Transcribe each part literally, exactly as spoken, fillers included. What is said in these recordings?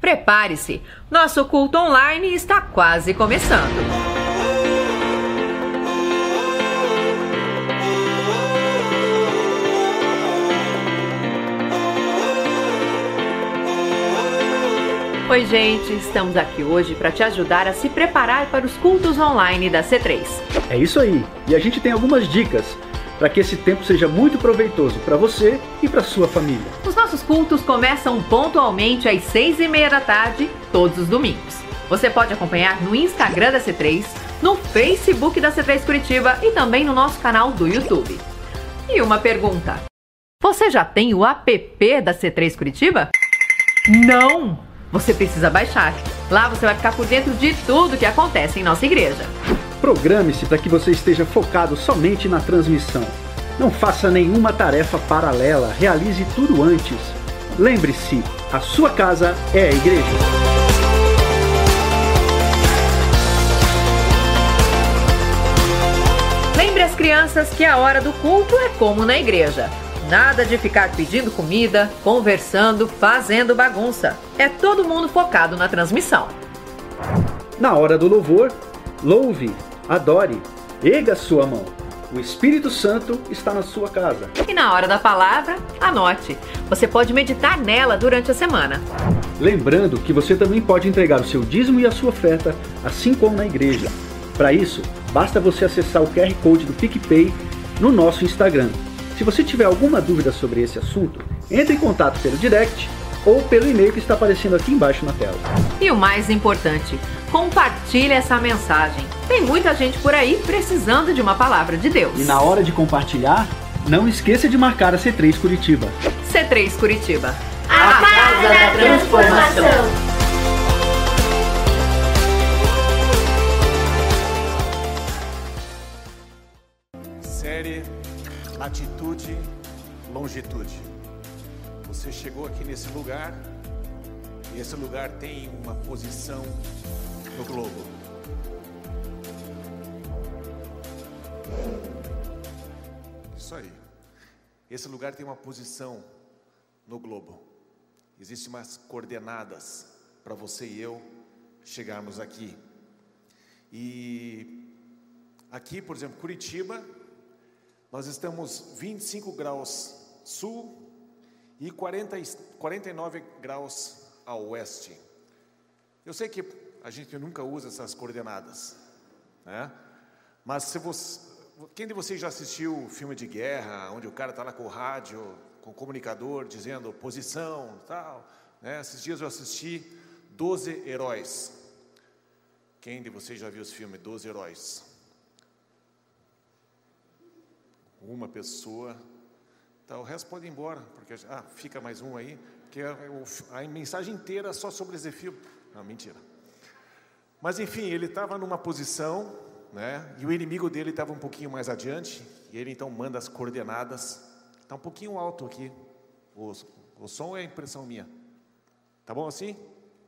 Prepare-se, nosso culto online está quase começando. Oi gente, estamos aqui hoje para te ajudar a se preparar para os cultos online da C três. É isso aí, e a gente tem algumas dicas para que esse tempo seja muito proveitoso para você e para sua família. Os nossos cultos começam pontualmente às seis e meia da tarde, todos os domingos. Você pode acompanhar no Instagram da C três, no Facebook da C três Curitiba e também no nosso canal do YouTube. E uma pergunta, você já tem o app da C três Curitiba? Não! Você precisa baixar. Lá você vai ficar por dentro de tudo que acontece em nossa igreja. Programe-se para que você esteja focado somente na transmissão. Não faça nenhuma tarefa paralela, realize tudo antes. Lembre-se, a sua casa é a igreja. Lembre as crianças que a hora do culto é como na igreja. Nada de ficar pedindo comida, conversando, fazendo bagunça. É todo mundo focado na transmissão. Na hora do louvor, louve, adore, erga sua mão. O Espírito Santo está na sua casa. E na hora da palavra, anote. Você pode meditar nela durante a semana. Lembrando que você também pode entregar o seu dízimo e a sua oferta, assim como na igreja. Para isso, basta você acessar o Q R Code do PicPay no nosso Instagram. Se você tiver alguma dúvida sobre esse assunto, entre em contato pelo direct ou pelo e-mail que está aparecendo aqui embaixo na tela. E o mais importante, compartilhe essa mensagem. Tem muita gente por aí precisando de uma palavra de Deus. E na hora de compartilhar, não esqueça de marcar a C três Curitiba. C três Curitiba, a casa da transformação. Série Latitude, Longitude. Você chegou aqui nesse lugar e esse lugar tem uma posição no globo. Isso aí. Esse lugar tem uma posição no globo. Existem umas coordenadas para você e eu chegarmos aqui. E aqui, por exemplo, Curitiba, nós estamos vinte e cinco graus sul e quarenta, quarenta e nove graus a oeste. Eu sei que a gente nunca usa essas coordenadas, né? Mas se você, quem de vocês já assistiu filme de guerra, onde o cara está lá com o rádio, com o comunicador, dizendo posição, tal, né? Esses dias eu assisti doze Heróis. Quem de vocês já viu esse filme, doze Heróis? Uma pessoa, tá, o resto pode ir embora, porque ah, fica mais um aí, porque a, a mensagem inteira é só sobre esse filme. Não, mentira. Mas enfim, ele estava numa posição, né, e o inimigo dele estava um pouquinho mais adiante, e ele então manda as coordenadas. Está um pouquinho alto aqui, o, o som é impressão minha, tá bom assim?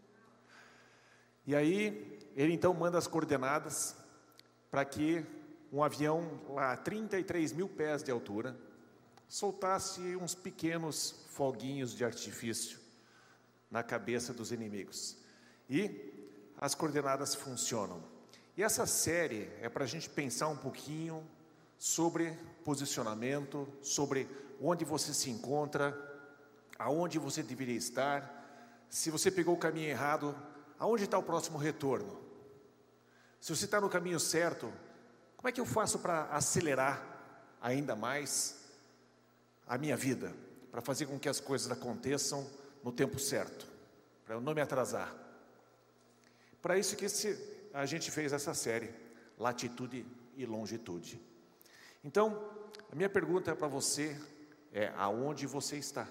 E aí, ele então manda as coordenadas para que um avião lá a trinta e três mil pés de altura soltasse uns pequenos foguinhos de artifício na cabeça dos inimigos. E as coordenadas funcionam. E essa série é para a gente pensar um pouquinho sobre posicionamento, sobre onde você se encontra, aonde você deveria estar, se você pegou o caminho errado, aonde está o próximo retorno? Se você está no caminho certo, como é que eu faço para acelerar ainda mais a minha vida? Para fazer com que as coisas aconteçam no tempo certo, para eu não me atrasar. Para isso que esse, a gente fez essa série, Latitude e Longitude. Então, a minha pergunta para você é, aonde você está?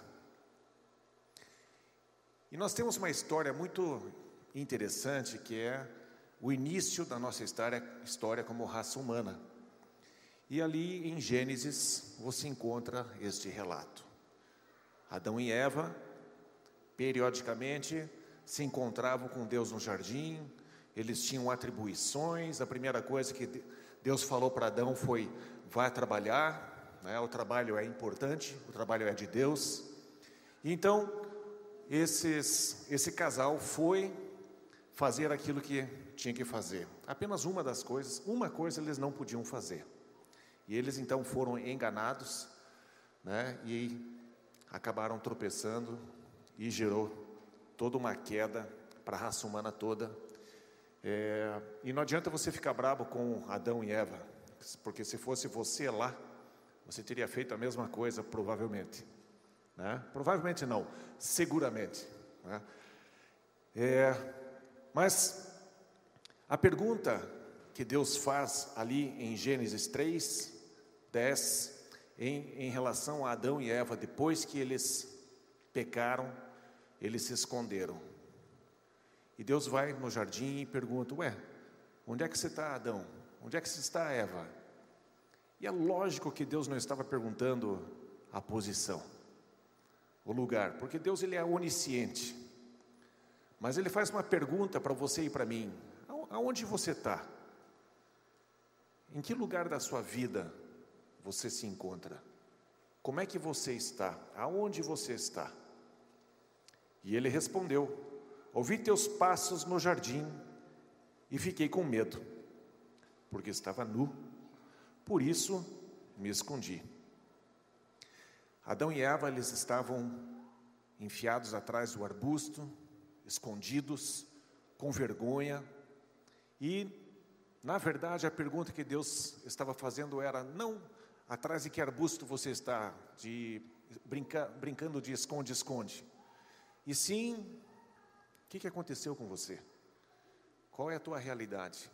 E nós temos uma história muito interessante, que é o início da nossa história, história como raça humana. E ali em Gênesis você encontra este relato. Adão e Eva, periodicamente, se encontravam com Deus no jardim, eles tinham atribuições. A primeira coisa que Deus falou para Adão foi: vai trabalhar, né? O trabalho é importante, o trabalho é de Deus. E então, esses, esse casal foi fazer aquilo que tinha que fazer. Apenas uma das coisas, uma coisa eles não podiam fazer. E eles então foram enganados, né, e acabaram tropeçando e gerou toda uma queda para a raça humana toda. É, e não adianta você ficar bravo com Adão e Eva, porque se fosse você lá, você teria feito a mesma coisa, provavelmente, né? Provavelmente não, seguramente, né? É, mas a pergunta que Deus faz ali em Gênesis três, dez, em, em relação a Adão e Eva, depois que eles pecaram, eles se esconderam. E Deus vai no jardim e pergunta: ué, onde é que você está, Adão? Onde é que você está, Eva? E é lógico que Deus não estava perguntando a posição, o lugar, porque Deus ele é onisciente. Mas Ele faz uma pergunta para você e para mim: aonde você está? Em que lugar da sua vida você se encontra? Como é que você está? Aonde você está? E ele respondeu: ouvi teus passos no jardim e fiquei com medo, porque estava nu, por isso me escondi. Adão e Eva, eles estavam enfiados atrás do arbusto, escondidos, com vergonha. E, na verdade, a pergunta que Deus estava fazendo era: não atrás de que arbusto você está, de, brinca, brincando de esconde-esconde, e sim, o que, que aconteceu com você? Qual é a tua realidade?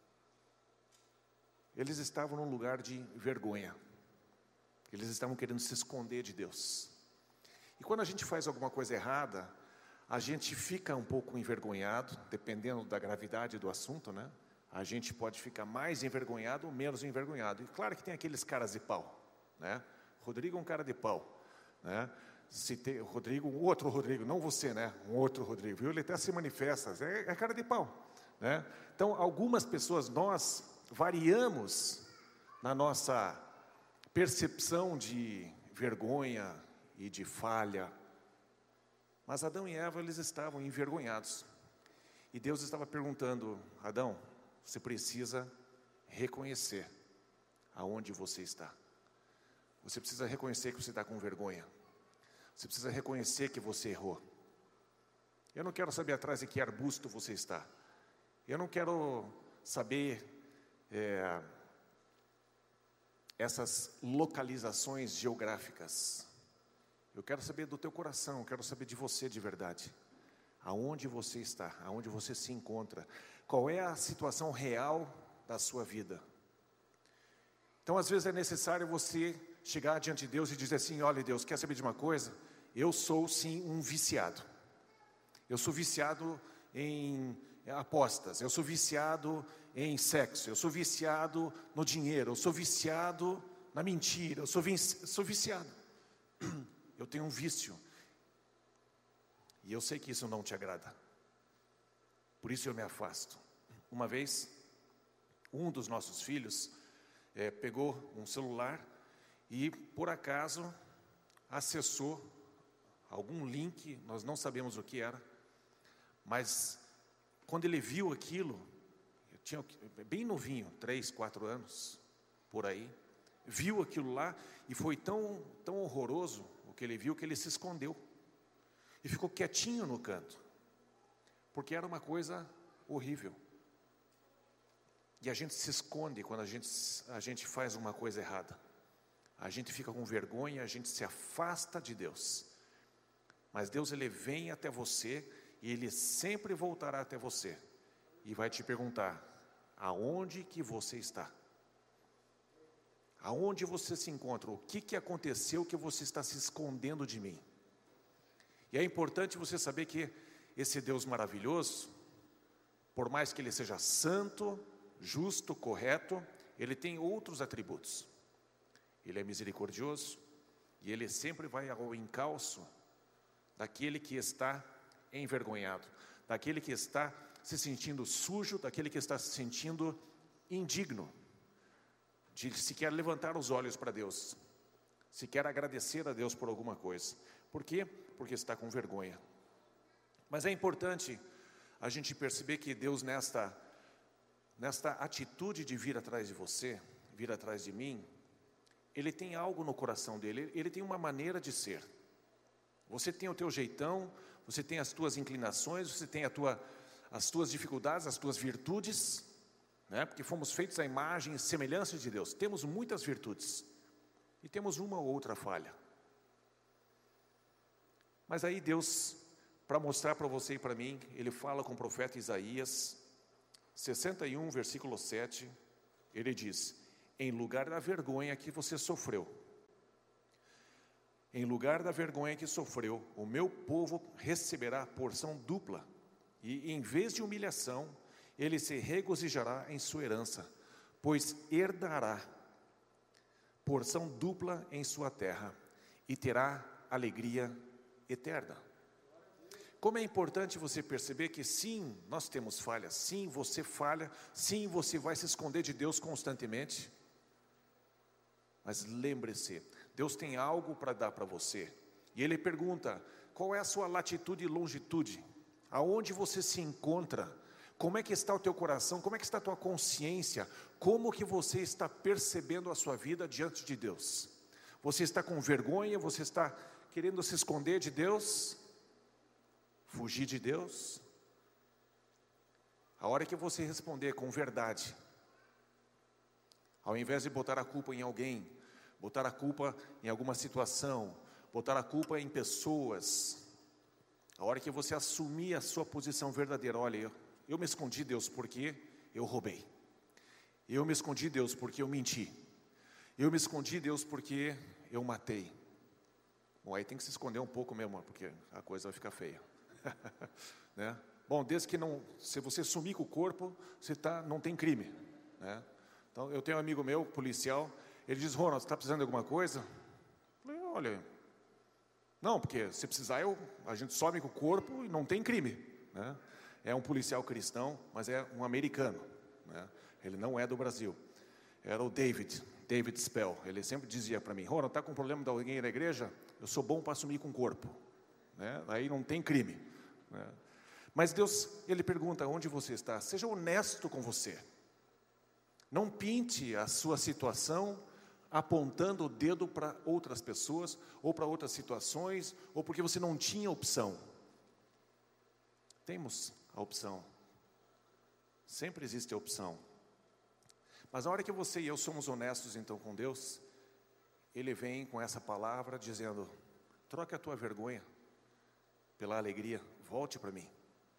Eles estavam num lugar de vergonha. Eles estavam querendo se esconder de Deus. E quando a gente faz alguma coisa errada, a gente fica um pouco envergonhado, dependendo da gravidade do assunto, né? A gente pode ficar mais envergonhado ou menos envergonhado. E claro que tem aqueles caras de pau, né? Rodrigo é um cara de pau, né? Se tem o Rodrigo, um outro Rodrigo, não você, né? Um outro Rodrigo, viu? Ele até se manifesta, é, é cara de pau, né? Então, algumas pessoas, nós variamos na nossa percepção de vergonha e de falha. Mas Adão e Eva, eles estavam envergonhados. E Deus estava perguntando: Adão, você precisa reconhecer aonde você está. Você precisa reconhecer que você está com vergonha. Você precisa reconhecer que você errou. Eu não quero saber atrás de que arbusto você está. Eu não quero saber é, essas localizações geográficas. Eu quero saber do teu coração, eu quero saber de você de verdade. Aonde você está, aonde você se encontra. Qual é a situação real da sua vida. Então, às vezes é necessário você chegar diante de Deus e dizer assim: olha, Deus, quer saber de uma coisa? Eu sou sim um viciado. Eu sou viciado em apostas, eu sou viciado em sexo, eu sou viciado no dinheiro, eu sou viciado na mentira, eu sou, vici- sou viciado. Eu tenho um vício. E eu sei que isso não te agrada. Por isso eu me afasto. Uma vez, um dos nossos filhos é, pegou um celular e, por acaso, acessou algum link, nós não sabemos o que era, mas quando ele viu aquilo, eu tinha bem novinho, três, quatro anos, por aí, viu aquilo lá e foi tão, tão horroroso o que ele viu, que ele se escondeu e ficou quietinho no canto, porque era uma coisa horrível. E a gente se esconde quando a gente, a gente faz uma coisa errada. A gente fica com vergonha, a gente se afasta de Deus. Mas Deus, Ele vem até você e Ele sempre voltará até você e vai te perguntar: aonde que você está? Aonde você se encontra? O que que aconteceu que você está se escondendo de mim? E é importante você saber que esse Deus maravilhoso, por mais que Ele seja santo, justo, correto, Ele tem outros atributos. Ele é misericordioso e Ele sempre vai ao encalço daquele que está envergonhado, daquele que está se sentindo sujo, daquele que está se sentindo indigno, de sequer levantar os olhos para Deus, sequer agradecer a Deus por alguma coisa. Por quê? Porque está com vergonha. Mas é importante a gente perceber que Deus, nesta, nesta atitude de vir atrás de você, vir atrás de mim, Ele tem algo no coração dele, Ele tem uma maneira de ser. Você tem o teu jeitão, você tem as tuas inclinações, você tem a tua, as tuas dificuldades, as tuas virtudes, né? Porque fomos feitos à imagem e semelhança de Deus. Temos muitas virtudes e temos uma ou outra falha. Mas aí Deus, para mostrar para você e para mim, Ele fala com o profeta Isaías, sessenta e um, versículo sete, Ele diz: em lugar da vergonha que você sofreu, em lugar da vergonha que sofreu, o meu povo receberá porção dupla, e em vez de humilhação, ele se regozijará em sua herança, pois herdará porção dupla em sua terra, e terá alegria eterna. Como é importante você perceber que sim, nós temos falhas, sim, você falha, sim, você vai se esconder de Deus constantemente, mas lembre-se, Deus tem algo para dar para você, e Ele pergunta, qual é a sua latitude e longitude, aonde você se encontra, como é que está o teu coração, como é que está a tua consciência, como que você está percebendo a sua vida diante de Deus, você está com vergonha, você está querendo se esconder de Deus, fugir de Deus? A hora que você responder com verdade, ao invés de botar a culpa em alguém, botar a culpa em alguma situação, botar a culpa em pessoas, a hora que você assumir a sua posição verdadeira, olha, eu, eu me escondi, Deus, porque eu roubei, eu me escondi, Deus, porque eu menti, eu me escondi, Deus, porque eu matei. Bom, aí tem que se esconder um pouco mesmo, porque a coisa vai ficar feia. Né? Bom, desde que não, se você sumir com o corpo, você tá, não tem crime, né? Então, eu tenho um amigo meu, policial, ele diz, Ronald, você está precisando de alguma coisa? Eu falei, olha, não, porque se precisar, eu, a gente some com o corpo e não tem crime, né? É um policial cristão, mas é um americano, né? Ele não é do Brasil. Era o David, David Spell. Ele sempre dizia para mim, Ronald, está com problema de alguém na igreja? Eu sou bom para assumir com o corpo, né? Aí não tem crime, né? Mas Deus, Ele pergunta, onde você está? Seja honesto com você. Não pinte a sua situação apontando o dedo para outras pessoas, ou para outras situações, ou porque você não tinha opção. Temos a opção. Sempre existe a opção. Mas na hora que você e eu somos honestos então com Deus, Ele vem com essa palavra dizendo, troca a tua vergonha pela alegria, volte para mim.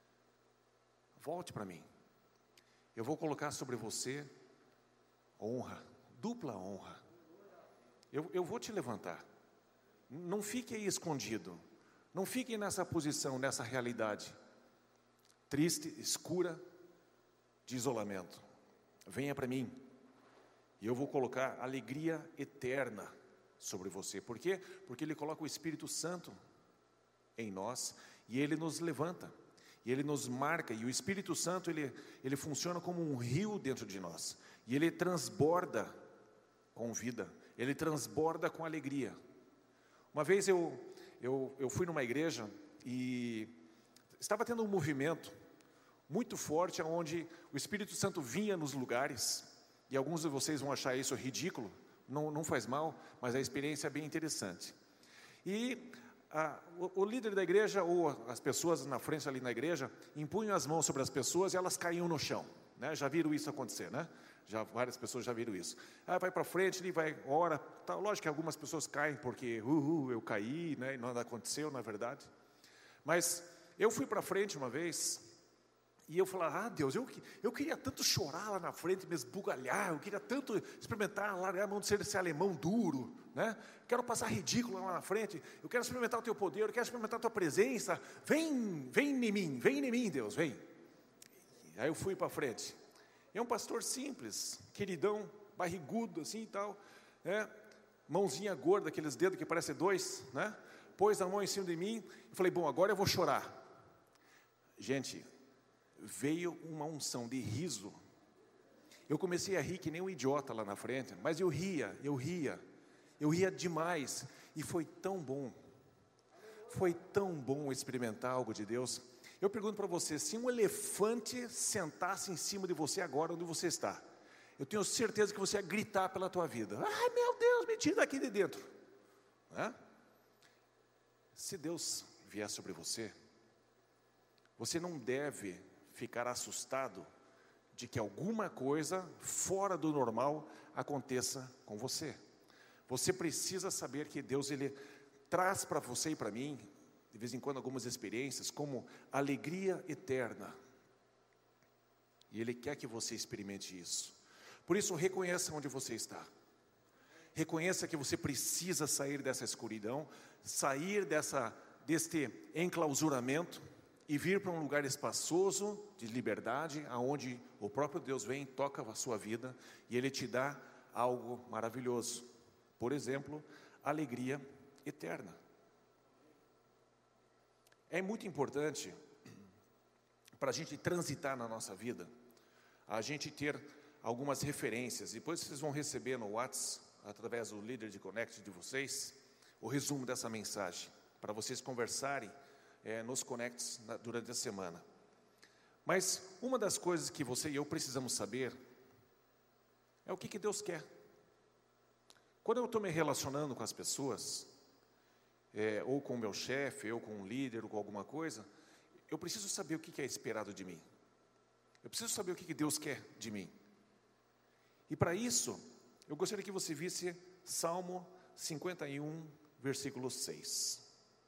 Volte para mim. Eu vou colocar sobre você honra, dupla honra. Eu, eu vou te levantar. Não fique aí escondido. Não fique nessa posição, nessa realidade triste, escura, de isolamento. Venha para mim. E eu vou colocar alegria eterna sobre você. Por quê? Porque Ele coloca o Espírito Santo em nós e Ele nos levanta. E Ele nos marca, e o Espírito Santo, ele, ele funciona como um rio dentro de nós. E Ele transborda com vida, Ele transborda com alegria. Uma vez eu, eu, eu fui numa igreja e estava tendo um movimento muito forte, onde o Espírito Santo vinha nos lugares, e alguns de vocês vão achar isso ridículo, não, não faz mal, mas a experiência é bem interessante. E a, o, o líder da igreja, ou as pessoas na frente ali na igreja, impunham as mãos sobre as pessoas e elas caíam no chão, né? Já viram isso acontecer, né? Já, várias pessoas já viram isso. Ah, vai para frente, ele vai, ora, tá, lógico que algumas pessoas caem porque, uh, uh, eu caí, né? E nada aconteceu, na verdade. Mas eu fui para frente uma vez, e eu falei, ah, Deus, eu, eu queria tanto chorar lá na frente, me esbugalhar, eu queria tanto experimentar, largar a mão de ser esse alemão duro, né? Quero passar ridículo lá na frente, eu quero experimentar o teu poder, eu quero experimentar a tua presença, vem, vem em mim, vem em mim, Deus, vem. Aí eu fui para frente. É um pastor simples, queridão, barrigudo assim e tal, né? Mãozinha gorda, aqueles dedos que parecem dois, né? Pôs a mão em cima de mim e falei, bom, agora eu vou chorar. Gente, veio uma unção de riso. Eu comecei a rir que nem um idiota lá na frente, mas eu ria, eu ria, eu ria demais, e foi tão bom, foi tão bom experimentar algo de Deus. Eu pergunto para você, se um elefante sentasse em cima de você agora, onde você está, eu tenho certeza que você ia gritar pela tua vida. Ai, meu Deus, me tira daqui de dentro. Né? Se Deus vier sobre você, você não deve ficar assustado de que alguma coisa fora do normal aconteça com você. Você precisa saber que Deus, Ele traz para você e para mim, de vez em quando, algumas experiências como alegria eterna. E Ele quer que você experimente isso. Por isso, reconheça onde você está. Reconheça que você precisa sair dessa escuridão, sair dessa, deste enclausuramento e vir para um lugar espaçoso de liberdade, aonde o próprio Deus vem, toca a sua vida e Ele te dá algo maravilhoso. Por exemplo, alegria eterna. É muito importante para a gente transitar na nossa vida, a gente ter algumas referências. Depois vocês vão receber no WhatsApp, através do líder de Connect de vocês, o resumo dessa mensagem, para vocês conversarem é, nos Connects na, durante a semana. Mas uma das coisas que você e eu precisamos saber é o que, que Deus quer. Quando eu estou me relacionando com as pessoas, é, ou com o meu chefe, ou com um líder, ou com alguma coisa, eu preciso saber o que, que é esperado de mim. Eu preciso saber o que, que Deus quer de mim. E para isso, eu gostaria que você visse Salmo cinquenta e um, versículo seis.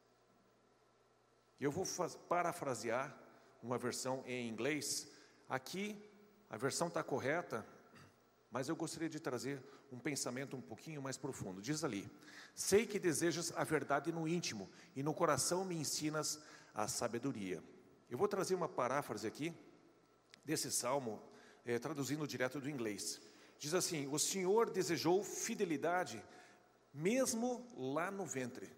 Eu vou faz, parafrasear uma versão em inglês. Aqui, a versão está correta, mas eu gostaria de trazer um pensamento um pouquinho mais profundo. Diz ali: sei que desejas a verdade no íntimo, e no coração me ensinas a sabedoria. Eu vou trazer uma paráfrase aqui, desse salmo, é, traduzindo direto do inglês. Diz assim: o Senhor desejou fidelidade, mesmo lá no ventre.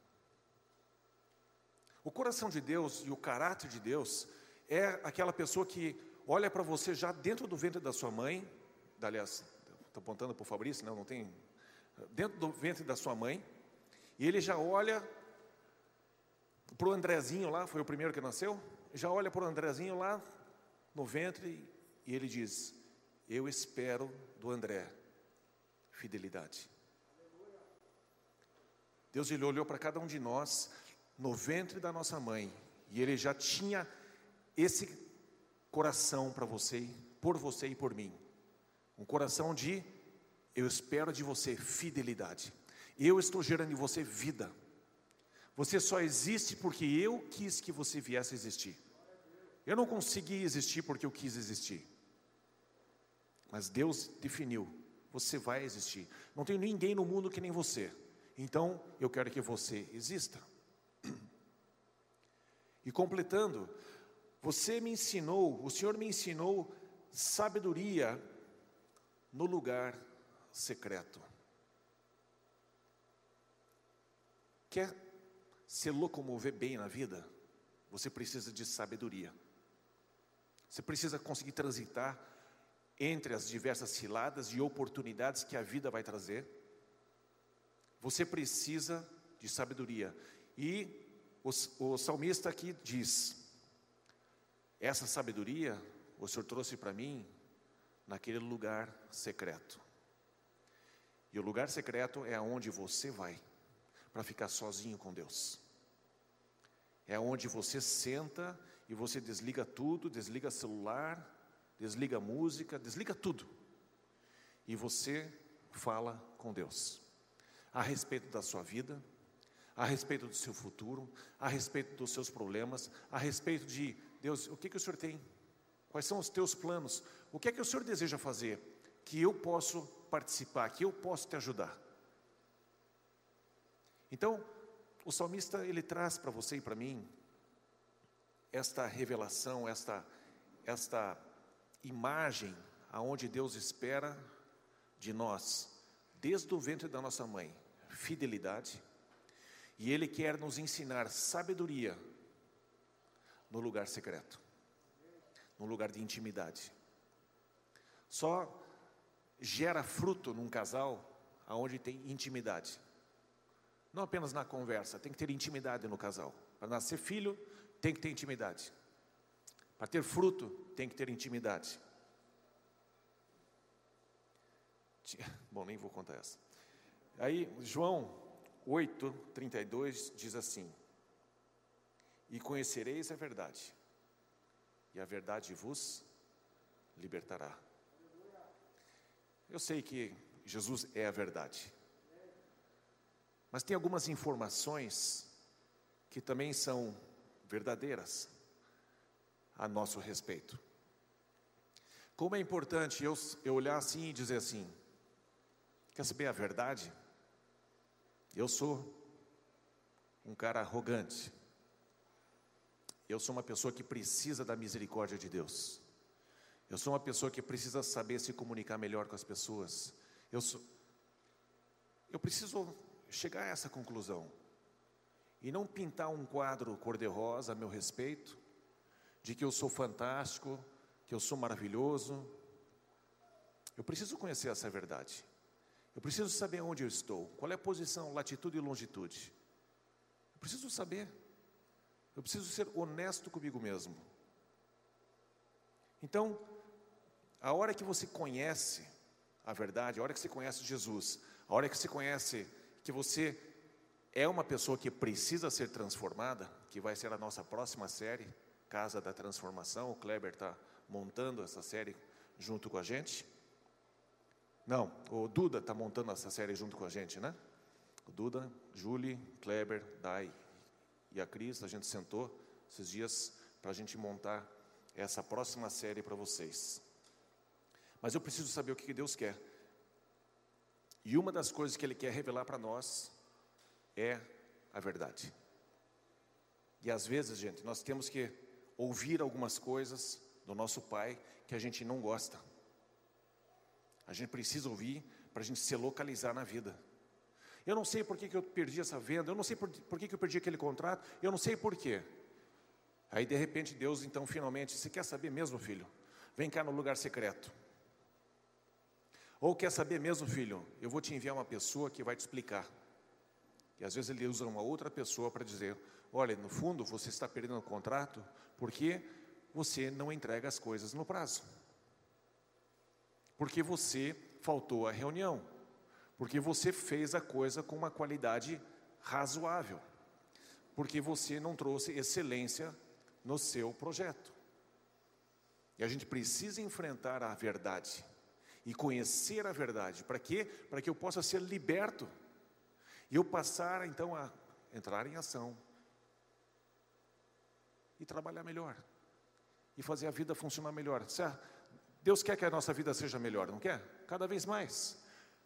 O coração de Deus e o caráter de Deus é aquela pessoa que olha para você já dentro do ventre da sua mãe. Aliás, estou apontando para o Fabrício, não, não tem. Dentro do ventre da sua mãe, e ele já olha para o Andrezinho lá, foi o primeiro que nasceu, já olha para o Andrezinho lá no ventre, e ele diz: eu espero do André fidelidade. Deus, Ele olhou para cada um de nós no ventre da nossa mãe, e Ele já tinha esse coração para você, por você e por mim. Um coração de: eu espero de você fidelidade. Eu estou gerando em você vida. Você só existe porque eu quis que você viesse a existir. Eu não consegui existir porque eu quis existir. Mas Deus definiu: você vai existir. Não tem ninguém no mundo que nem você. Então, eu quero que você exista. E completando, você me ensinou, o Senhor me ensinou sabedoria no lugar secreto. Quer se locomover bem na vida? Você precisa de sabedoria. Você precisa conseguir transitar entre as diversas ciladas e oportunidades que a vida vai trazer. Você precisa de sabedoria. E o, o salmista aqui diz: essa sabedoria o Senhor trouxe para mim naquele lugar secreto. E o lugar secreto é aonde você vai para ficar sozinho com Deus. É onde você senta e você desliga tudo, desliga celular, desliga a música, desliga tudo. E você fala com Deus. A respeito da sua vida, a respeito do seu futuro, a respeito dos seus problemas, a respeito de: Deus, o que, que o Senhor tem? Quais são os teus planos? O que é que o Senhor deseja fazer? Que eu posso participar, que eu posso te ajudar. Então, o salmista, ele traz para você e para mim esta revelação, esta, esta imagem aonde Deus espera de nós, desde o ventre da nossa mãe, fidelidade, e Ele quer nos ensinar sabedoria no lugar secreto, no lugar de intimidade. Só gera fruto num casal aonde tem intimidade. Não apenas na conversa, tem que ter intimidade no casal. Para nascer filho, tem que ter intimidade. Para ter fruto, tem que ter intimidade. Bom, nem vou contar essa. Aí, João oito, trinta e dois diz assim: e conhecereis a verdade, e a verdade vos libertará. Eu sei que Jesus é a verdade, mas tem algumas informações que também são verdadeiras a nosso respeito. Como é importante eu, eu olhar assim e dizer assim: quer saber a verdade? Eu sou um cara arrogante. Eu sou uma pessoa que precisa da misericórdia de Deus. Eu sou uma pessoa que precisa saber se comunicar melhor com as pessoas. Eu sou, eu preciso chegar a essa conclusão e não pintar um quadro cor-de-rosa a meu respeito, de que eu sou fantástico, que eu sou maravilhoso. Eu preciso conhecer essa verdade. Eu preciso saber onde eu estou, qual é a posição, latitude e longitude. Eu preciso saber. Eu preciso ser honesto comigo mesmo. Então, a hora que você conhece a verdade, a hora que você conhece Jesus, a hora que você conhece que você é uma pessoa que precisa ser transformada, que vai ser a nossa próxima série, Casa da Transformação. O Kleber está montando essa série junto com a gente. Não, o Duda está montando essa série junto com a gente, né? O Duda, Julie, Kleber, Dai e a Cris, a gente sentou esses dias para a gente montar essa próxima série para vocês. Mas eu preciso saber o que Deus quer. E uma das coisas que Ele quer revelar para nós é a verdade. E às vezes, gente, nós temos que ouvir algumas coisas do nosso Pai que a gente não gosta. A gente precisa ouvir para a gente se localizar na vida. Eu não sei por que, que eu perdi essa venda, eu não sei por, por que, que eu perdi aquele contrato, eu não sei por quê. Aí de repente Deus então finalmente, você quer saber mesmo, filho? Vem cá no lugar secreto. Ou quer saber mesmo, filho? Eu vou te enviar uma pessoa que vai te explicar. E às vezes ele usa uma outra pessoa para dizer: olha, no fundo você está perdendo o contrato porque você não entrega as coisas no prazo. Porque você faltou à reunião. Porque você fez a coisa com uma qualidade razoável. Porque você não trouxe excelência no seu projeto. E a gente precisa enfrentar a verdade e conhecer a verdade. Para quê? Para que eu possa ser liberto e eu passar então a entrar em ação e trabalhar melhor e fazer a vida funcionar melhor. Deus quer que a nossa vida seja melhor, não quer? Cada vez mais.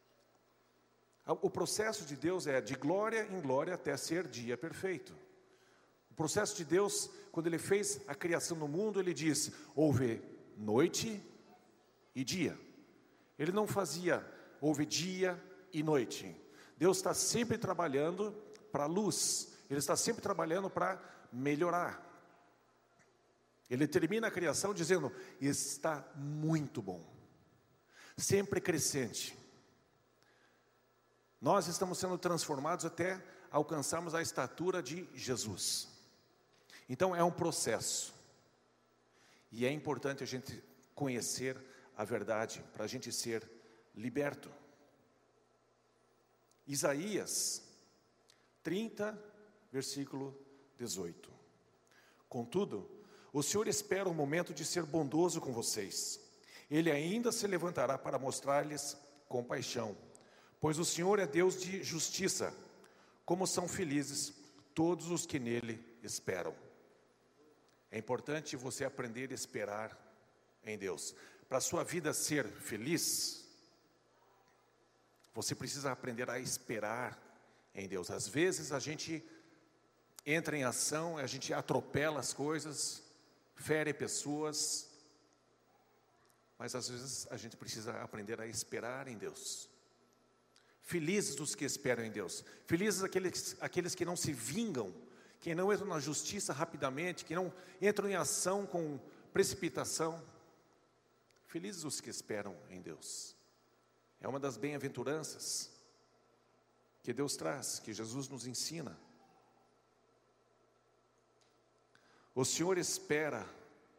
O processo de Deus é de glória em glória até ser dia perfeito. O processo de Deus, quando Ele fez a criação do mundo, Ele diz: houve noite e dia. Ele não fazia, houve dia e noite. Deus está sempre trabalhando para a luz. Ele está sempre trabalhando para melhorar. Ele termina a criação dizendo: está muito bom. Sempre crescente. Nós estamos sendo transformados até alcançarmos a estatura de Jesus. Então é um processo. E é importante a gente conhecer a verdade para a gente ser liberto. Isaías trinta, versículo dezoito. Contudo, o Senhor espera um momento de ser bondoso com vocês. Ele ainda se levantará para mostrar-lhes compaixão. Pois o Senhor é Deus de justiça. Como são felizes todos os que nele esperam. É importante você aprender a esperar em Deus. Para a sua vida ser feliz, você precisa aprender a esperar em Deus. Às vezes a gente entra em ação, a gente atropela as coisas, fere pessoas, mas às vezes a gente precisa aprender a esperar em Deus. Felizes os que esperam em Deus. Felizes aqueles, aqueles que não se vingam, que não entram na justiça rapidamente, que não entram em ação com precipitação. Felizes os que esperam em Deus. É uma das bem-aventuranças que Deus traz, que Jesus nos ensina. O Senhor espera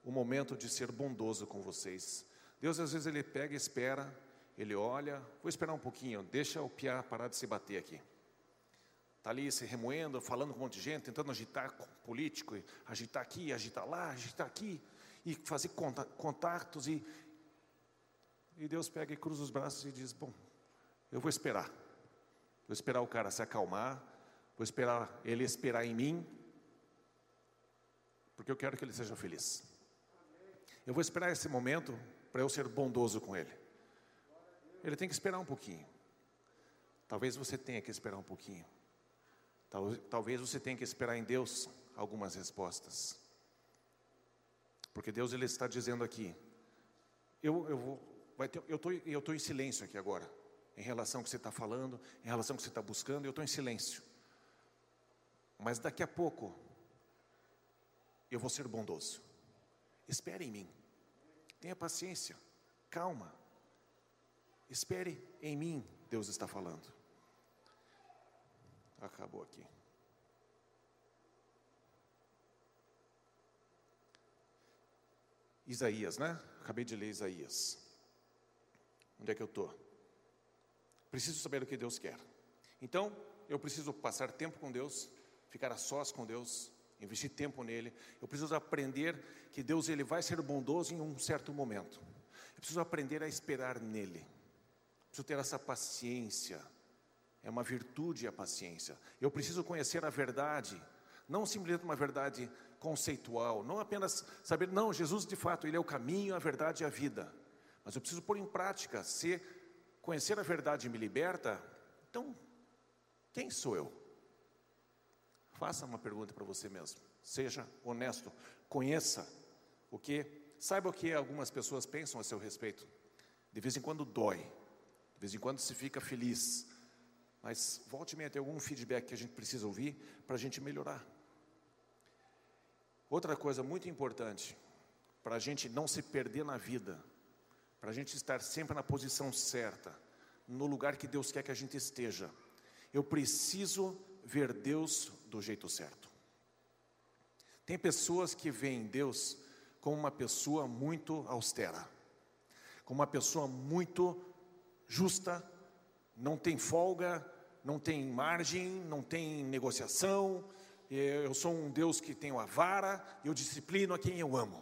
o momento de ser bondoso com vocês. Deus às vezes Ele pega e espera, Ele olha, vou esperar um pouquinho, deixa o piá parar de se bater aqui. Está ali se remoendo, falando com um monte de gente, tentando agitar com político, agitar aqui, agitar lá, agitar aqui, e fazer contatos, e, e Deus pega e cruza os braços e diz, bom, eu vou esperar, vou esperar o cara se acalmar, vou esperar ele esperar em mim, porque eu quero que ele seja feliz. Eu vou esperar esse momento para eu ser bondoso com ele. Ele tem que esperar um pouquinho. Talvez você tenha que esperar um pouquinho. Talvez você tenha que esperar em Deus algumas respostas. Porque Deus Ele está dizendo aqui, eu eu vou, vai ter, eu tô eu tô em silêncio aqui agora, em relação ao que você está falando, em relação ao que você está buscando, eu estou em silêncio. Mas daqui a pouco eu vou ser bondoso. Espere em mim. Tenha paciência, calma. Espere em mim, Deus está falando. Acabou aqui. Isaías, né? Acabei de ler Isaías. Onde é que eu estou? Preciso saber o que Deus quer. Então, eu preciso passar tempo com Deus, ficar a sós com Deus, investir tempo nele. Eu preciso aprender que Deus ele vai ser bondoso em um certo momento. Eu preciso aprender a esperar nele. Eu preciso ter essa paciência. É uma virtude a paciência. Eu preciso conhecer a verdade, não simplesmente uma verdade conceitual, não apenas saber, não, Jesus de fato, Ele é o caminho, a verdade e a vida. Mas eu preciso pôr em prática, se conhecer a verdade me liberta, então, quem sou eu? Faça uma pergunta para você mesmo, seja honesto, conheça o que, saiba o que algumas pessoas pensam a seu respeito. De vez em quando dói, de vez em quando se fica feliz, mas volte e meia ter algum feedback que a gente precisa ouvir para a gente melhorar. Outra coisa muito importante, para a gente não se perder na vida, para a gente estar sempre na posição certa, no lugar que Deus quer que a gente esteja, eu preciso ver Deus do jeito certo. Tem pessoas que veem Deus como uma pessoa muito austera, como uma pessoa muito justa, não tem folga, não tem margem, não tem negociação. Eu sou um Deus que tenho a vara, eu disciplino a quem eu amo.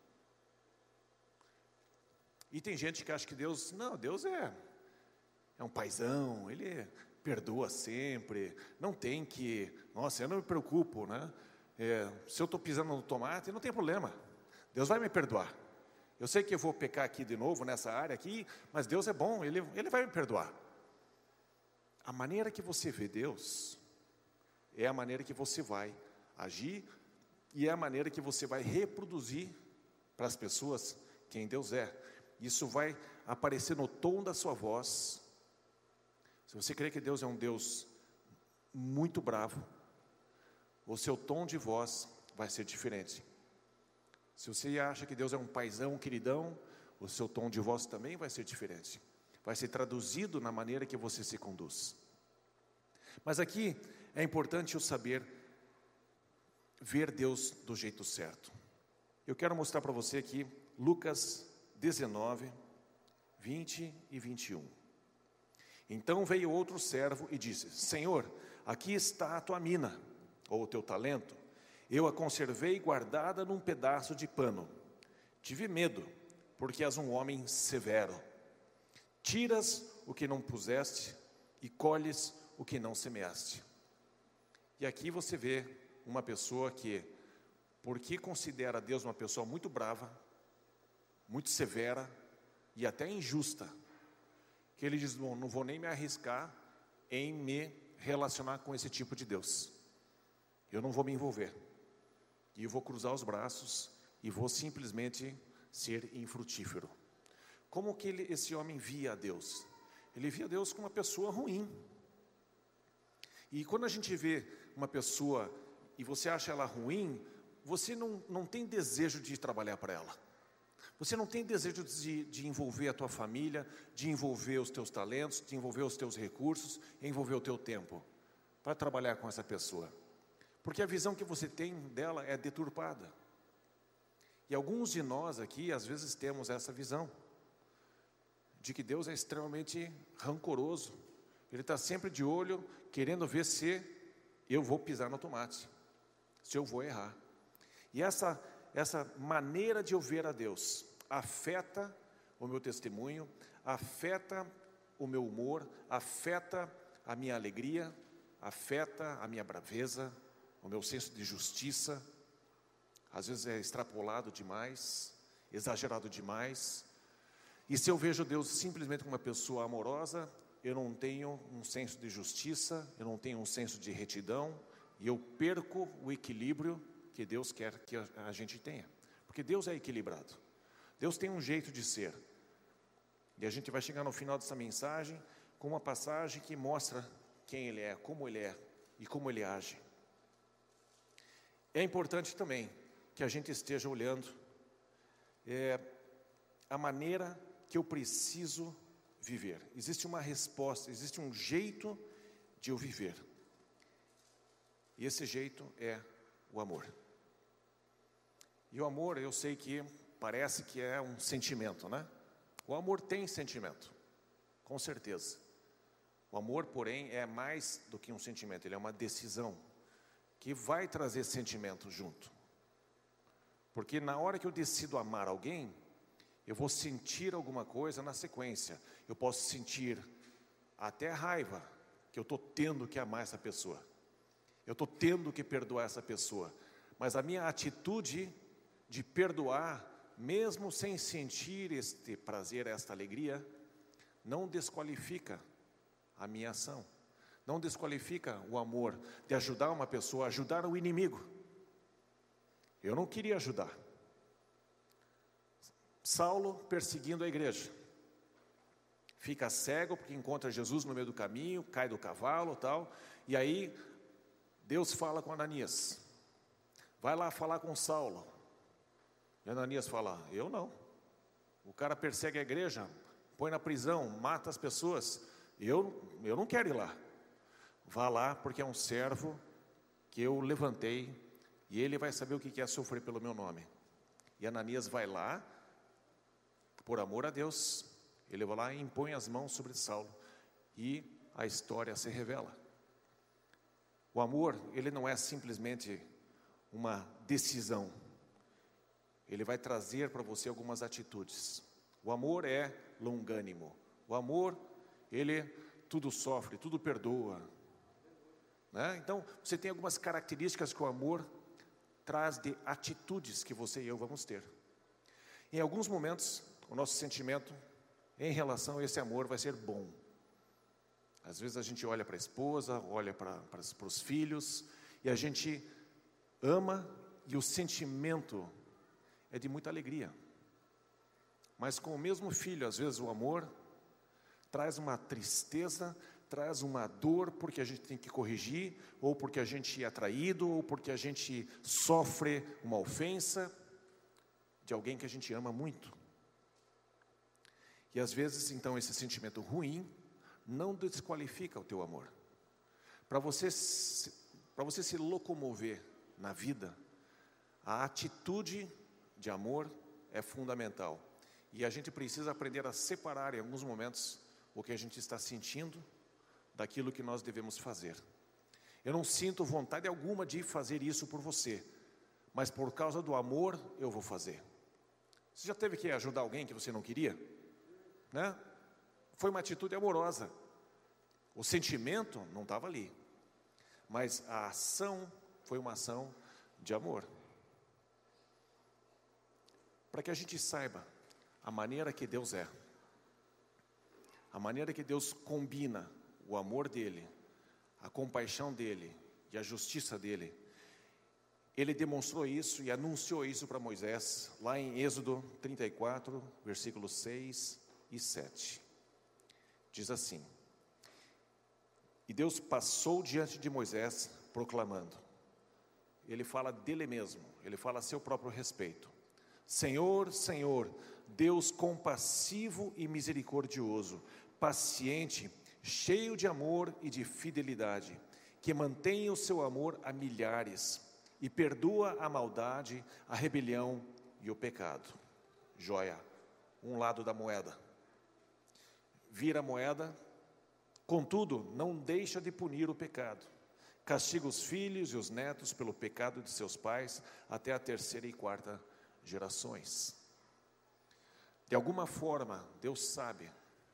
E tem gente que acha que Deus, não, Deus é, é um paizão, Ele perdoa sempre, não tem que, nossa, eu não me preocupo, né? É, se eu estou pisando no tomate, não tem problema, Deus vai me perdoar. Eu sei que eu vou pecar aqui de novo nessa área aqui, mas Deus é bom, Ele, Ele vai me perdoar. A maneira que você vê Deus é a maneira que você vai agir e é a maneira que você vai reproduzir para as pessoas quem Deus é. Isso vai aparecer no tom da sua voz. Se você crê que Deus é um Deus muito bravo, o seu tom de voz vai ser diferente. Se você acha que Deus é um paizão, um queridão, o seu tom de voz também vai ser diferente. Vai ser traduzido na maneira que você se conduz. Mas aqui é importante eu saber ver Deus do jeito certo. Eu quero mostrar para você aqui Lucas dezenove, vinte e vinte e um. Então veio outro servo e disse: Senhor, aqui está a tua mina, ou o teu talento. Eu a conservei guardada num pedaço de pano. Tive medo, porque és um homem severo. Tiras o que não puseste e colhes o que não semeaste. E aqui você vê uma pessoa que, porque considera Deus uma pessoa muito brava, muito severa e até injusta, que ele diz, bom, não vou nem me arriscar em me relacionar com esse tipo de Deus. Eu não vou me envolver. E eu vou cruzar os braços e vou simplesmente ser infrutífero. Como que ele, esse homem via a Deus? Ele via Deus como uma pessoa ruim. E quando a gente vê uma pessoa e você acha ela ruim, você não, não tem desejo de trabalhar para ela. Você não tem desejo de, de envolver a tua família, de envolver os teus talentos, de envolver os teus recursos, envolver o teu tempo para trabalhar com essa pessoa. Porque a visão que você tem dela é deturpada. E E alguns de nós aqui, às vezes, temos essa visão de que Deus é extremamente rancoroso. Ele está sempre de olho, querendo ver se eu vou pisar no tomate, se eu vou errar. E essa, essa maneira de eu ver a Deus afeta o meu testemunho, afeta o meu humor, afeta a minha alegria, afeta a minha braveza, o meu senso de justiça. Às vezes é extrapolado demais, exagerado demais. E se eu vejo Deus simplesmente como uma pessoa amorosa, eu não tenho um senso de justiça, eu não tenho um senso de retidão, e eu perco o equilíbrio que Deus quer que a gente tenha. Porque Deus é equilibrado. Deus tem um jeito de ser. E a gente vai chegar no final dessa mensagem com uma passagem que mostra quem Ele é, como Ele é e como Ele age. É importante também que a gente esteja olhando é, a maneira que eu preciso viver. Existe uma resposta, existe um jeito de eu viver. E esse jeito é o amor. E o amor, eu sei que parece que é um sentimento, né? O amor tem sentimento, com certeza. O amor, porém, é mais do que um sentimento, ele é uma decisão que vai trazer sentimento junto. Porque na hora que eu decido amar alguém, eu vou sentir alguma coisa na sequência. Eu posso sentir até raiva, que eu estou tendo que amar essa pessoa. Eu estou tendo que perdoar essa pessoa. Mas a minha atitude de perdoar, mesmo sem sentir este prazer, esta alegria, não desqualifica a minha ação. Não desqualifica o amor de ajudar uma pessoa, ajudar o inimigo. Eu não queria ajudar. Saulo perseguindo a igreja. Fica cego porque encontra Jesus no meio do caminho, cai do cavalo e tal. E aí Deus fala com Ananias. Vai lá falar com Saulo. E Ananias fala, eu não. O cara persegue a igreja, põe na prisão, mata as pessoas. Eu, eu não quero ir lá. Vá lá porque é um servo que eu levantei e ele vai saber o que é sofrer pelo meu nome. E Ananias vai lá, por amor a Deus, ele vai lá e impõe as mãos sobre Saulo e a história se revela. O amor, ele não é simplesmente uma decisão. Ele vai trazer para você algumas atitudes. O amor é longânimo. O amor, ele tudo sofre, tudo perdoa. Né? Então, você tem algumas características que o amor traz de atitudes que você e eu vamos ter. Em alguns momentos, o nosso sentimento em relação a esse amor vai ser bom. Às vezes a gente olha para a esposa, olha para, para, para os filhos, e a gente ama, e o sentimento é de muita alegria. Mas com o mesmo filho, às vezes o amor traz uma tristeza, traz uma dor porque a gente tem que corrigir, ou porque a gente é traído, ou porque a gente sofre uma ofensa de alguém que a gente ama muito. E às vezes, então, esse sentimento ruim não desqualifica o teu amor. Para você, para você se locomover na vida, a atitude de amor é fundamental. E a gente precisa aprender a separar em alguns momentos o que a gente está sentindo daquilo que nós devemos fazer. Eu não sinto vontade alguma de fazer isso por você, mas por causa do amor eu vou fazer. Você já teve que ajudar alguém que você não queria? Né? Foi uma atitude amorosa. O sentimento não estava ali, mas a ação foi uma ação de amor. Para que a gente saiba a maneira que Deus é, a maneira que Deus combina o amor dele, a compaixão dele e a justiça dele, ele demonstrou isso e anunciou isso para Moisés, lá em Êxodo trinta e quatro, versículos seis e sete. Diz assim: e Deus passou diante de Moisés proclamando. Ele fala dele mesmo, ele fala a seu próprio respeito. Senhor, Senhor, Deus compassivo e misericordioso, paciente, cheio de amor e de fidelidade, que mantém o seu amor a milhares e perdoa a maldade, a rebelião e o pecado. Joia, um lado da moeda. Vira a moeda, contudo, não deixa de punir o pecado. Castiga os filhos e os netos pelo pecado de seus pais até a terceira e quarta gerações. De alguma forma, Deus sabe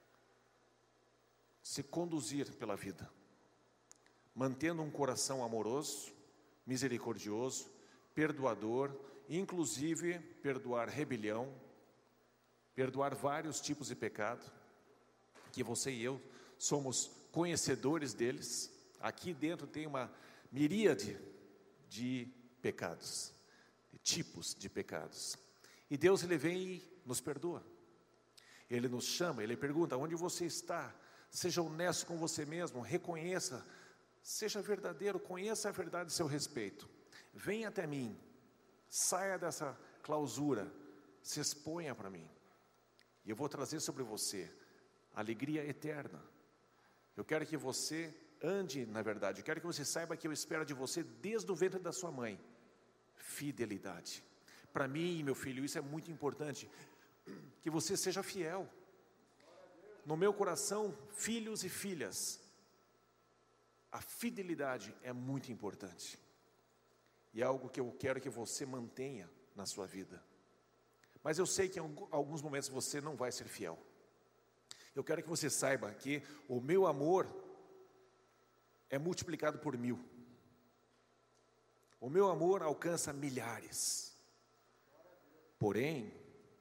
se conduzir pela vida, mantendo um coração amoroso, misericordioso, perdoador, inclusive perdoar rebelião, perdoar vários tipos de pecado, que você e eu somos conhecedores deles. Aqui dentro tem uma miríade de pecados, de tipos de pecados. E Deus, Ele vem e nos perdoa. Ele nos chama, Ele pergunta: onde você está? Seja honesto com você mesmo, reconheça, seja verdadeiro, conheça a verdade a seu respeito. Venha até mim, saia dessa clausura, se exponha para mim. E eu vou trazer sobre você alegria eterna. Eu quero que você ande na verdade, eu quero que você saiba que eu espero de você desde o ventre da sua mãe, fidelidade. Para mim, meu filho, isso é muito importante, que você seja fiel. No meu coração, filhos e filhas, a fidelidade é muito importante. E é algo que eu quero que você mantenha na sua vida. Mas eu sei que em alguns momentos você não vai ser fiel. Eu quero que você saiba que o meu amor é multiplicado por mil. O meu amor alcança milhares. Porém,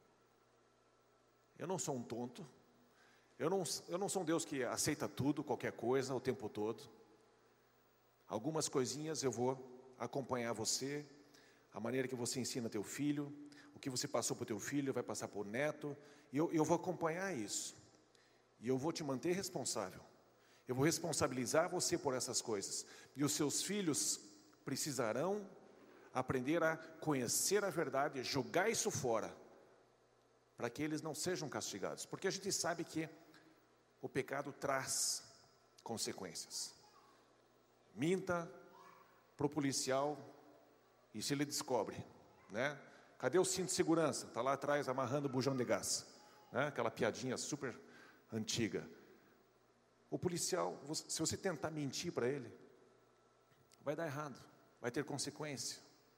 eu não sou um tonto. Eu não, eu não sou um Deus que aceita tudo, qualquer coisa, o tempo todo. Algumas coisinhas eu vou acompanhar você, a maneira que você ensina teu filho, o que você passou para o teu filho, vai passar para o neto, e eu, eu vou acompanhar isso. E eu vou te manter responsável. Eu vou responsabilizar você por essas coisas. E os seus filhos precisarão aprender a conhecer a verdade, jogar isso fora, para que eles não sejam castigados. Porque a gente sabe que o pecado traz consequências. Minta para o policial, e se ele descobre, né? Cadê o cinto de segurança? Está lá atrás amarrando o bujão de gás, né? Aquela piadinha super antiga. O policial, se você tentar mentir para ele, vai dar errado, vai ter consequência.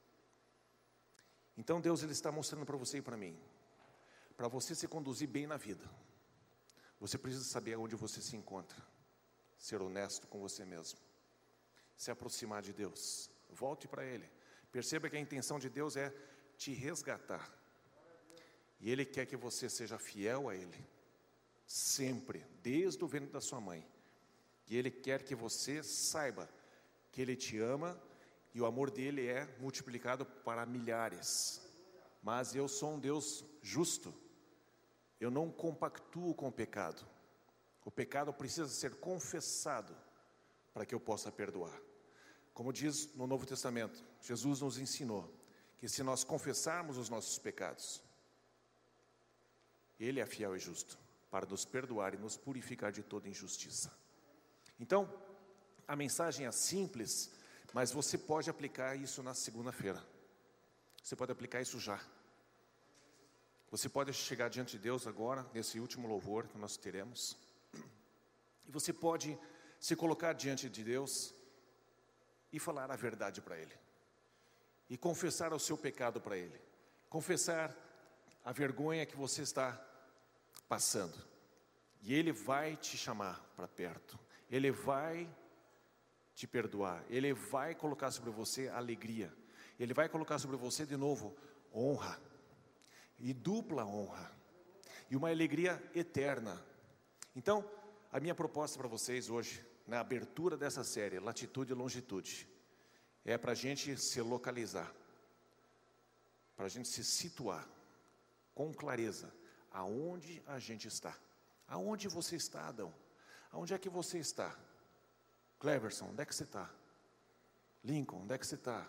Então Deus, Ele está mostrando para você e para mim, para você se conduzir bem na vida, você precisa saber onde você se encontra, ser honesto com você mesmo, se aproximar de Deus, volte para Ele, perceba que a intenção de Deus é te resgatar, e Ele quer que você seja fiel a Ele, sempre, desde o ventre da sua mãe. E Ele quer que você saiba que Ele te ama e o amor dele é multiplicado para milhares. Mas eu sou um Deus justo. Eu não compactuo com o pecado. O pecado precisa ser confessado para que eu possa perdoar. Como diz no Novo Testamento, Jesus nos ensinou que se nós confessarmos os nossos pecados, Ele é fiel e justo para nos perdoar e nos purificar de toda injustiça. Então, a mensagem é simples, mas você pode aplicar isso na segunda-feira. Você pode aplicar isso já. Você pode chegar diante de Deus agora, nesse último louvor que nós teremos. E você pode se colocar diante de Deus e falar a verdade para Ele. E confessar o seu pecado para Ele. Confessar a vergonha que você está passando, e Ele vai te chamar para perto, Ele vai te perdoar, Ele vai colocar sobre você alegria, Ele vai colocar sobre você de novo honra, e dupla honra, e uma alegria eterna. Então, a minha proposta para vocês hoje, na abertura dessa série, Latitude e Longitude, é para a gente se localizar, para a gente se situar com clareza, aonde a gente está. Aonde você está, Adão? Aonde é que você está? Cleverson, onde é que você está? Lincoln, onde é que você está?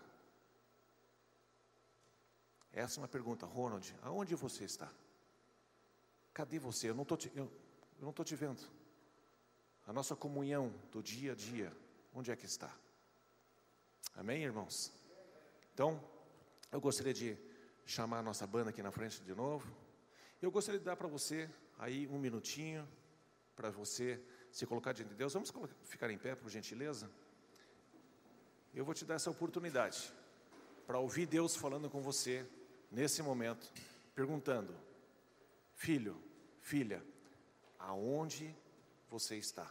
Essa é uma pergunta. Ronald, aonde você está? Cadê você? Eu não estou te, eu, eu não estou te vendo. A nossa comunhão do dia a dia, onde é que está? Amém, irmãos? Então, eu gostaria de chamar a nossa banda aqui na frente de novo. Eu gostaria de dar para você aí um minutinho, para você se colocar diante de Deus. Vamos ficar em pé, por gentileza? Eu vou te dar essa oportunidade para ouvir Deus falando com você nesse momento, perguntando: filho, filha, aonde você está?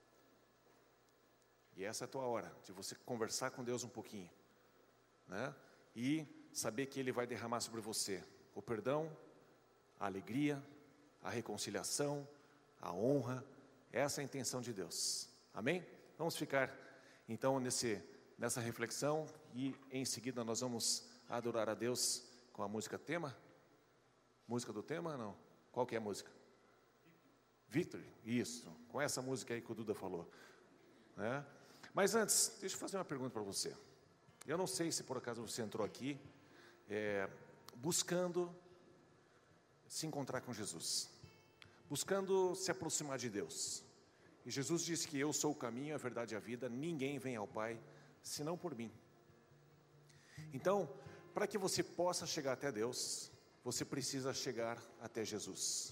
E essa é a tua hora de você conversar com Deus um pouquinho, né? E saber que Ele vai derramar sobre você o perdão, a alegria, a reconciliação, a honra. Essa é a intenção de Deus. Amém? Vamos ficar então nesse, nessa reflexão e em seguida nós vamos adorar a Deus com a música tema. Música do tema? Não. Qual que é a música? Victory. Isso. Com essa música aí que o Duda falou, né? Mas antes, deixa eu fazer uma pergunta para você. Eu não sei se por acaso você entrou aqui é, buscando se encontrar com Jesus, buscando se aproximar de Deus. E Jesus disse que eu sou o caminho, a verdade e a vida. Ninguém vem ao Pai senão por mim. Então, para que você possa chegar até Deus, você precisa chegar até Jesus.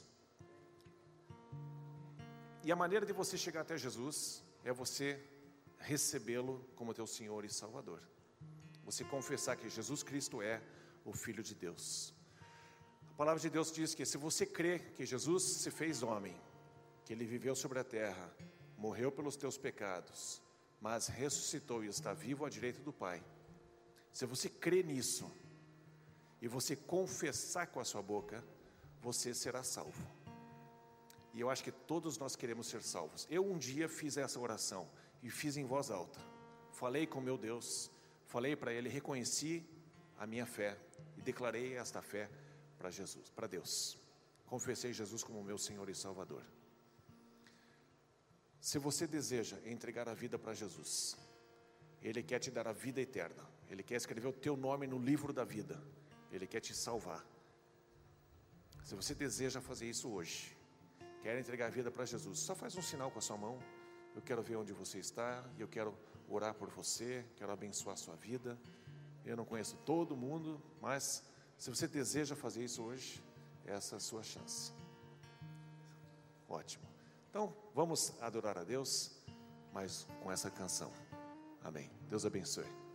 E a maneira de você chegar até Jesus é você recebê-lo como teu Senhor e Salvador. Você confessar que Jesus Cristo é o Filho de Deus. A palavra de Deus diz que se você crê que Jesus se fez homem, que Ele viveu sobre a terra, morreu pelos teus pecados, mas ressuscitou e está vivo à direita do Pai. Se você crê nisso, e você confessar com a sua boca, você será salvo. E eu acho que todos nós queremos ser salvos. Eu um dia fiz essa oração, e fiz em voz alta. Falei com meu Deus, falei para Ele, reconheci a minha fé, e declarei esta fé para Jesus, para Deus. Confessei Jesus como meu Senhor e Salvador. Se você deseja entregar a vida para Jesus, Ele quer te dar a vida eterna. Ele quer escrever o teu nome no livro da vida. Ele quer te salvar. Se você deseja fazer isso hoje, quer entregar a vida para Jesus, só faz um sinal com a sua mão. Eu quero ver onde você está, e eu quero orar por você, quero abençoar a sua vida. Eu não conheço todo mundo, mas se você deseja fazer isso hoje, essa é a sua chance. Ótimo. Então, vamos adorar a Deus, mas com essa canção. Amém. Deus abençoe.